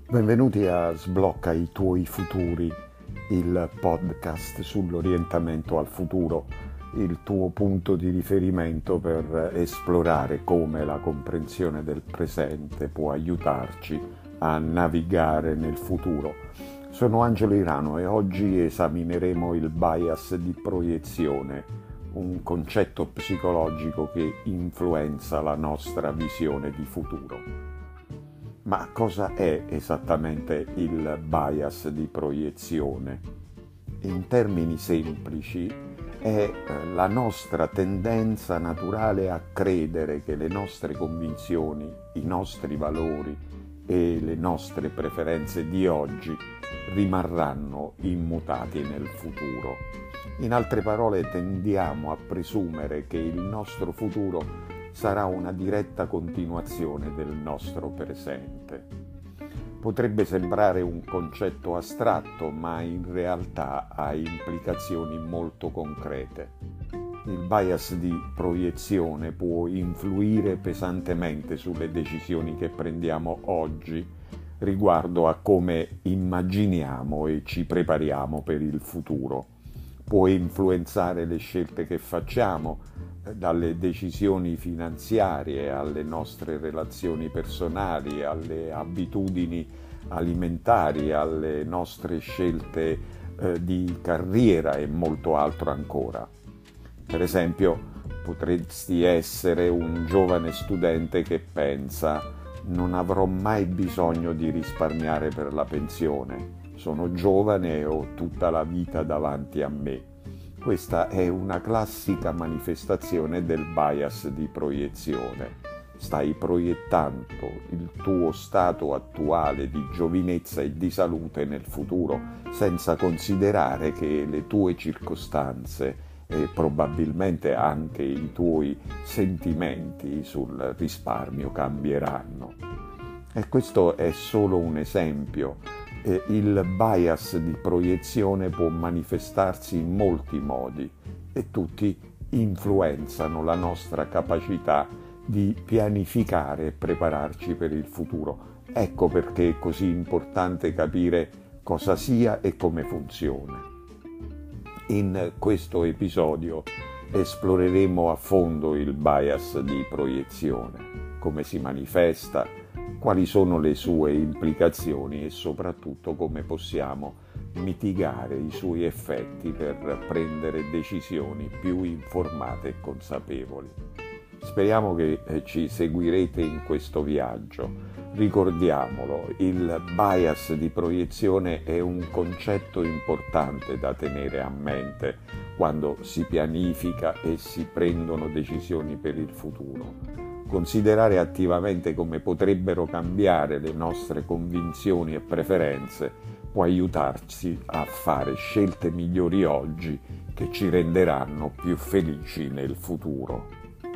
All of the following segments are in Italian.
Benvenuti a Sblocca i tuoi futuri, il podcast sull'orientamento al futuro, il tuo punto di riferimento per esplorare come la comprensione del presente può aiutarci a navigare nel futuro. Sono Angelo Irano e oggi esamineremo il bias di proiezione, un concetto psicologico che influenza la nostra visione di futuro. Ma cosa è esattamente il bias di proiezione? In termini semplici, è la nostra tendenza naturale a credere che le nostre convinzioni, i nostri valori e le nostre preferenze di oggi rimarranno immutati nel futuro. In altre parole, tendiamo a presumere che il nostro futuro sarà una diretta continuazione del nostro presente. Potrebbe sembrare un concetto astratto, ma in realtà ha implicazioni molto concrete. Il bias di proiezione può influire pesantemente sulle decisioni che prendiamo oggi riguardo a come immaginiamo e ci prepariamo per il futuro. Può influenzare le scelte che facciamo, dalle decisioni finanziarie alle nostre relazioni personali, alle abitudini alimentari, alle nostre scelte di carriera e molto altro ancora. Per esempio, potresti essere un giovane studente che pensa: non avrò mai bisogno di risparmiare per la pensione, sono giovane e ho tutta la vita davanti a me. Questa è una classica manifestazione del bias di proiezione. Stai proiettando il tuo stato attuale di giovinezza e di salute nel futuro, senza considerare che le tue circostanze e probabilmente anche i tuoi sentimenti sul risparmio cambieranno. E questo è solo un esempio. Il bias di proiezione può manifestarsi in molti modi e tutti influenzano la nostra capacità di pianificare e prepararci per il futuro. Ecco perché è così importante capire cosa sia e come funziona. In questo episodio esploreremo a fondo il bias di proiezione, come si manifesta, quali sono le sue implicazioni e soprattutto come possiamo mitigare i suoi effetti per prendere decisioni più informate e consapevoli. Speriamo che ci seguirete in questo viaggio. Ricordiamolo, il bias di proiezione è un concetto importante da tenere a mente quando si pianifica e si prendono decisioni per il futuro. Considerare attivamente come potrebbero cambiare le nostre convinzioni e preferenze può aiutarci a fare scelte migliori oggi che ci renderanno più felici nel futuro.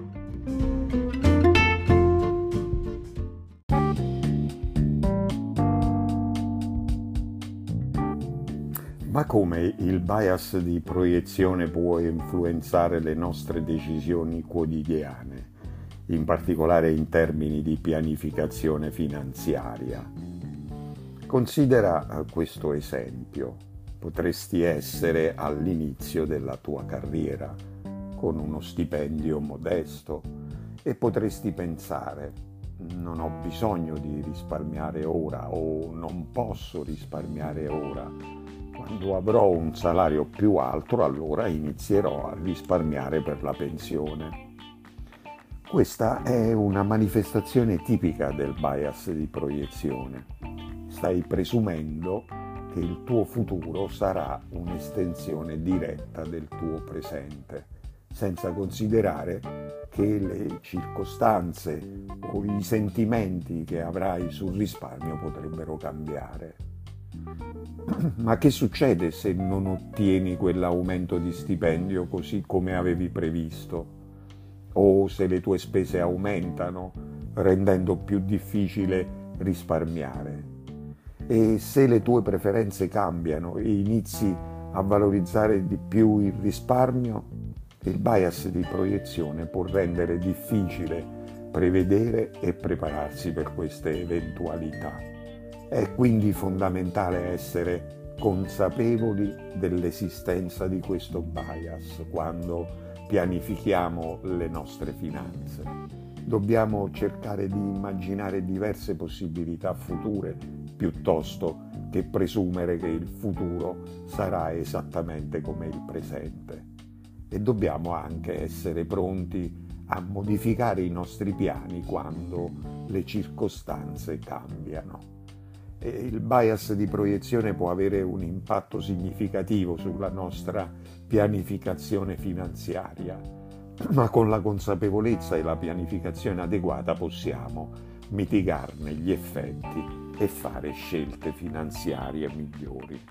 Ma come il bias di proiezione può influenzare le nostre decisioni quotidiane, in particolare in termini di pianificazione finanziaria? Considera questo esempio. Potresti essere all'inizio della tua carriera, con uno stipendio modesto, e potresti pensare: non ho bisogno di risparmiare ora o non posso risparmiare ora. Quando avrò un salario più alto, allora inizierò a risparmiare per la pensione. Questa è una manifestazione tipica del bias di proiezione. Stai presumendo che il tuo futuro sarà un'estensione diretta del tuo presente, senza considerare che le circostanze o i sentimenti che avrai sul risparmio potrebbero cambiare. Ma che succede se non ottieni quell'aumento di stipendio così come avevi previsto? O se le tue spese aumentano, rendendo più difficile risparmiare? E se le tue preferenze cambiano e inizi a valorizzare di più il risparmio, il bias di proiezione può rendere difficile prevedere e prepararsi per queste eventualità. È quindi fondamentale essere consapevoli dell'esistenza di questo bias quando pianifichiamo le nostre finanze. Dobbiamo cercare di immaginare diverse possibilità future piuttosto che presumere che il futuro sarà esattamente come il presente. E dobbiamo anche essere pronti a modificare i nostri piani quando le circostanze cambiano. E il bias di proiezione può avere un impatto significativo sulla nostra pianificazione finanziaria, ma con la consapevolezza e la pianificazione adeguata possiamo mitigarne gli effetti e fare scelte finanziarie migliori.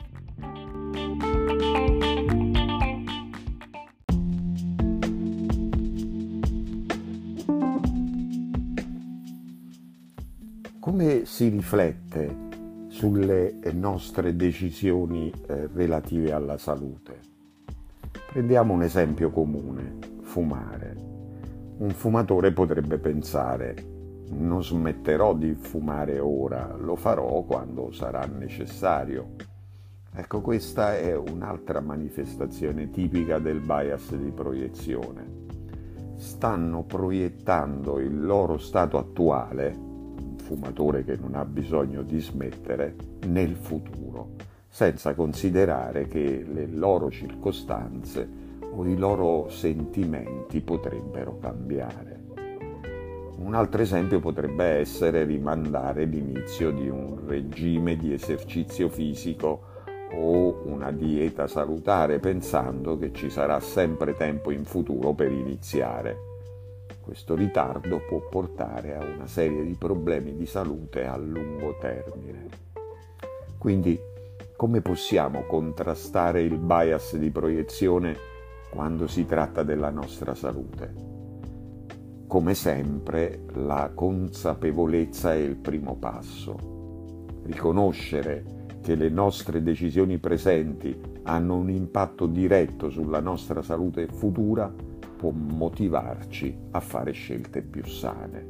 Come si riflette sulle nostre decisioni relative alla salute? Prendiamo un esempio comune: fumare. Un fumatore potrebbe pensare: non smetterò di fumare ora, lo farò quando sarà necessario. Ecco, questa è un'altra manifestazione tipica del bias di proiezione. Stanno proiettando il loro stato attuale, fumatore che non ha bisogno di smettere, nel futuro, senza considerare che le loro circostanze o i loro sentimenti potrebbero cambiare. Un altro esempio potrebbe essere rimandare l'inizio di un regime di esercizio fisico o una dieta salutare, pensando che ci sarà sempre tempo in futuro per iniziare. Questo ritardo può portare a una serie di problemi di salute a lungo termine. Quindi, come possiamo contrastare il bias di proiezione quando si tratta della nostra salute? Come sempre, la consapevolezza è il primo passo. Riconoscere che le nostre decisioni presenti hanno un impatto diretto sulla nostra salute futura può motivarci a fare scelte più sane.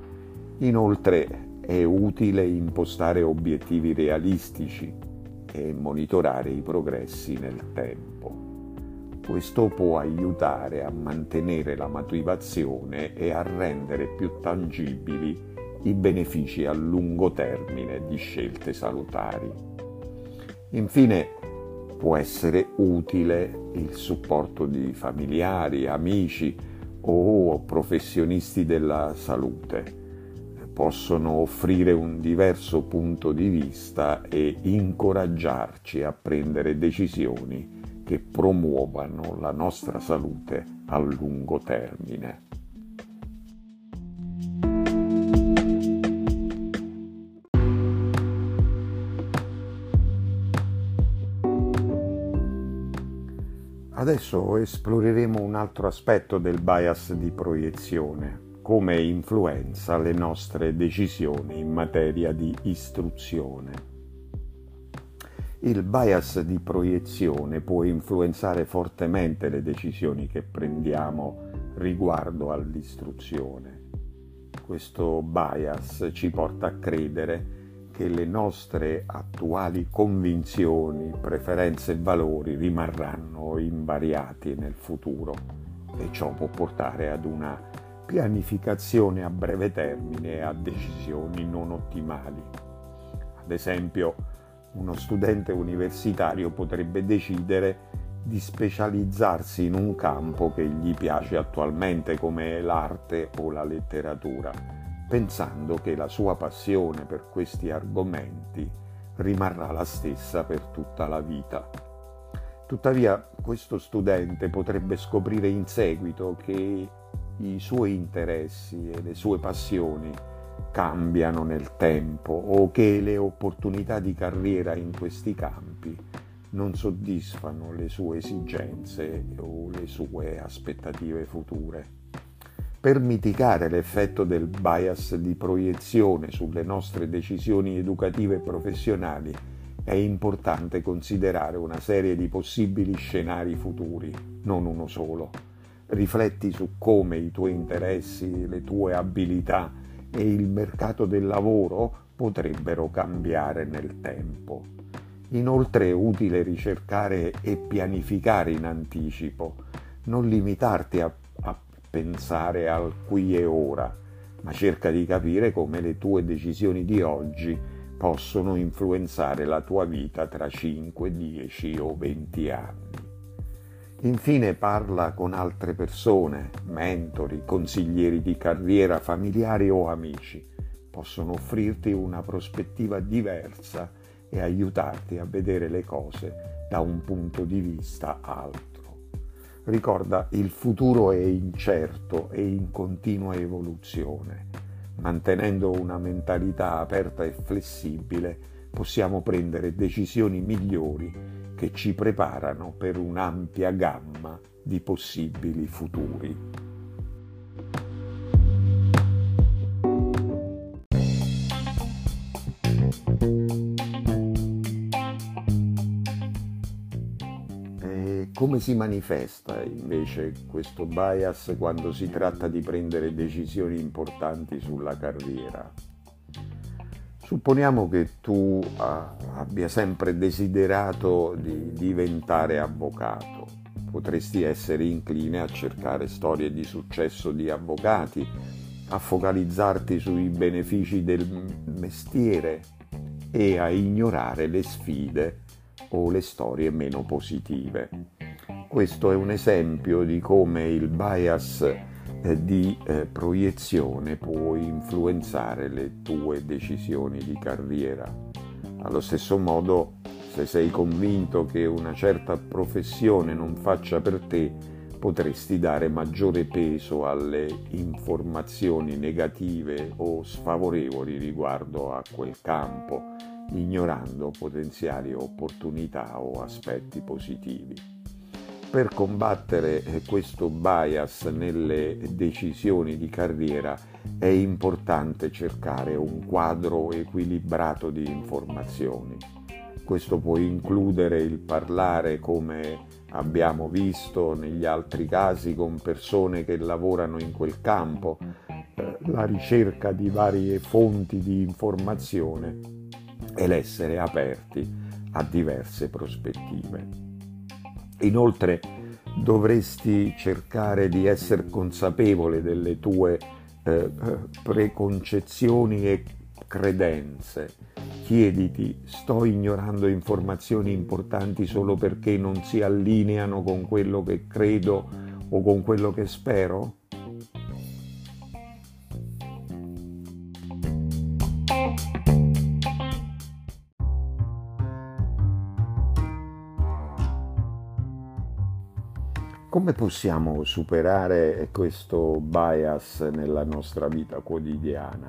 Inoltre è utile impostare obiettivi realistici e monitorare i progressi nel tempo. Questo può aiutare a mantenere la motivazione e a rendere più tangibili i benefici a lungo termine di scelte salutari. Infine, può essere utile il supporto di familiari, amici o professionisti della salute. Possono offrire un diverso punto di vista e incoraggiarci a prendere decisioni che promuovano la nostra salute a lungo termine. Adesso esploreremo un altro aspetto del bias di proiezione, come influenza le nostre decisioni in materia di istruzione. Il bias di proiezione può influenzare fortemente le decisioni che prendiamo riguardo all'istruzione. Questo bias ci porta a credere che le nostre attuali convinzioni, preferenze e valori rimarranno invariati nel futuro e ciò può portare ad una pianificazione a breve termine e a decisioni non ottimali. Ad esempio, uno studente universitario potrebbe decidere di specializzarsi in un campo che gli piace attualmente, come l'arte o la letteratura, pensando che la sua passione per questi argomenti rimarrà la stessa per tutta la vita. Tuttavia, questo studente potrebbe scoprire in seguito che i suoi interessi e le sue passioni cambiano nel tempo o che le opportunità di carriera in questi campi non soddisfano le sue esigenze o le sue aspettative future. Per mitigare l'effetto del bias di proiezione sulle nostre decisioni educative e professionali è importante considerare una serie di possibili scenari futuri, non uno solo. Rifletti su come i tuoi interessi, le tue abilità e il mercato del lavoro potrebbero cambiare nel tempo. Inoltre è utile ricercare e pianificare in anticipo, non limitarti a pensare al qui e ora, ma cerca di capire come le tue decisioni di oggi possono influenzare la tua vita tra 5, 10 o 20 anni. Infine parla con altre persone, mentori, consiglieri di carriera, familiari o amici. Possono offrirti una prospettiva diversa e aiutarti a vedere le cose da un punto di vista altro. Ricorda, il futuro è incerto e in continua evoluzione. Mantenendo una mentalità aperta e flessibile, possiamo prendere decisioni migliori che ci preparano per un'ampia gamma di possibili futuri. Come si manifesta invece questo bias quando si tratta di prendere decisioni importanti sulla carriera? Supponiamo che tu abbia sempre desiderato di diventare avvocato. Potresti essere incline a cercare storie di successo di avvocati, a focalizzarti sui benefici del mestiere e a ignorare le sfide o le storie meno positive. Questo è un esempio di come il bias di proiezione può influenzare le tue decisioni di carriera. Allo stesso modo, se sei convinto che una certa professione non faccia per te, potresti dare maggiore peso alle informazioni negative o sfavorevoli riguardo a quel campo, ignorando potenziali opportunità o aspetti positivi. Per combattere questo bias nelle decisioni di carriera è importante cercare un quadro equilibrato di informazioni. Questo può includere il parlare, come abbiamo visto negli altri casi, con persone che lavorano in quel campo, la ricerca di varie fonti di informazione e l'essere aperti a diverse prospettive. Inoltre dovresti cercare di essere consapevole delle tue preconcezioni e credenze. Chiediti: sto ignorando informazioni importanti solo perché non si allineano con quello che credo o con quello che spero? Come possiamo superare questo bias nella nostra vita quotidiana?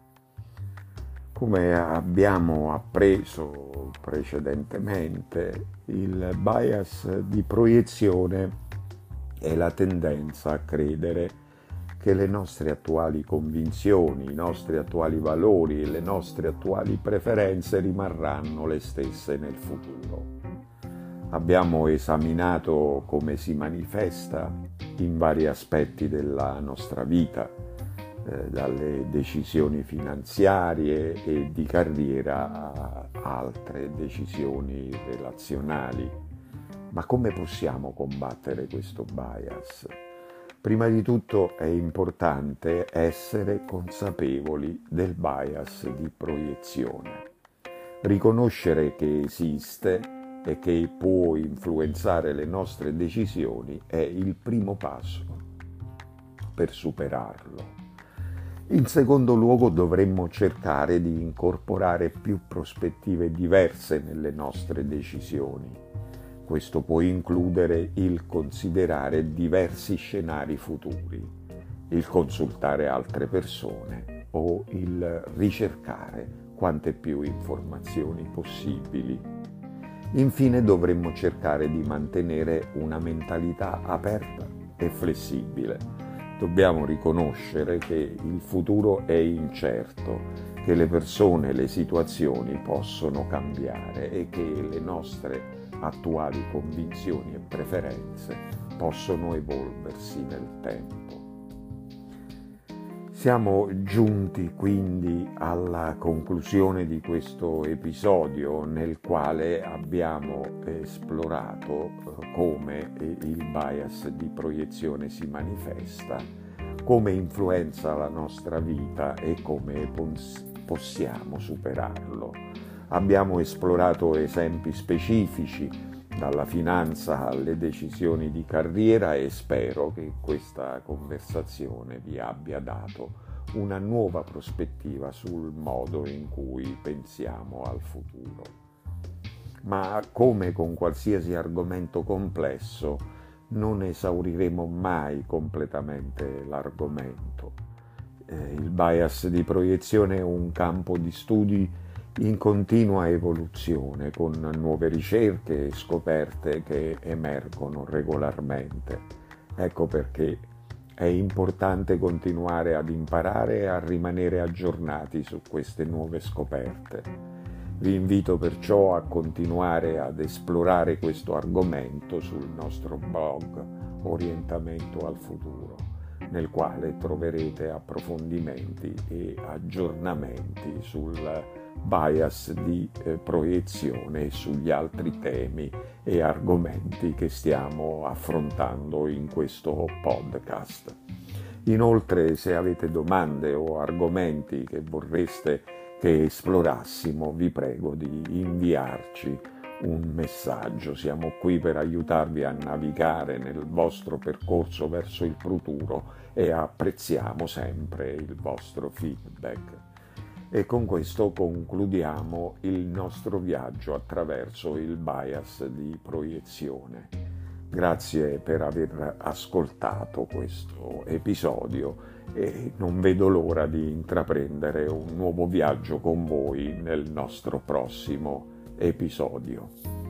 Come abbiamo appreso precedentemente, il bias di proiezione è la tendenza a credere che le nostre attuali convinzioni, i nostri attuali valori e le nostre attuali preferenze rimarranno le stesse nel futuro. Abbiamo esaminato come si manifesta in vari aspetti della nostra vita, dalle decisioni finanziarie e di carriera a altre decisioni relazionali. Ma come possiamo combattere questo bias? Prima di tutto è importante essere consapevoli del bias di proiezione, riconoscere che esiste e che può influenzare le nostre decisioni è il primo passo per superarlo. In secondo luogo, dovremmo cercare di incorporare più prospettive diverse nelle nostre decisioni. Questo può includere il considerare diversi scenari futuri, il consultare altre persone o il ricercare quante più informazioni possibili. Infine dovremmo cercare di mantenere una mentalità aperta e flessibile. Dobbiamo riconoscere che il futuro è incerto, che le persone e le situazioni possono cambiare e che le nostre attuali convinzioni e preferenze possono evolversi nel tempo. Siamo giunti quindi alla conclusione di questo episodio nel quale abbiamo esplorato come il bias di proiezione si manifesta, come influenza la nostra vita e come possiamo superarlo. Abbiamo esplorato esempi specifici dalla finanza alle decisioni di carriera e spero che questa conversazione vi abbia dato una nuova prospettiva sul modo in cui pensiamo al futuro. Ma come con qualsiasi argomento complesso, non esauriremo mai completamente l'argomento. Il bias di proiezione è un campo di studi in continua evoluzione, con nuove ricerche e scoperte che emergono regolarmente. Ecco perché è importante continuare ad imparare e a rimanere aggiornati su queste nuove scoperte. Vi invito perciò a continuare ad esplorare questo argomento sul nostro blog Orientamento al futuro, nel quale troverete approfondimenti e aggiornamenti sul bias di proiezione e sugli altri temi e argomenti che stiamo affrontando in questo podcast. Inoltre, se avete domande o argomenti che vorreste che esplorassimo, vi prego di inviarci un messaggio. Siamo qui per aiutarvi a navigare nel vostro percorso verso il futuro e apprezziamo sempre il vostro feedback. E con questo concludiamo il nostro viaggio attraverso il bias di proiezione. Grazie per aver ascoltato questo episodio e non vedo l'ora di intraprendere un nuovo viaggio con voi nel nostro prossimo episodio.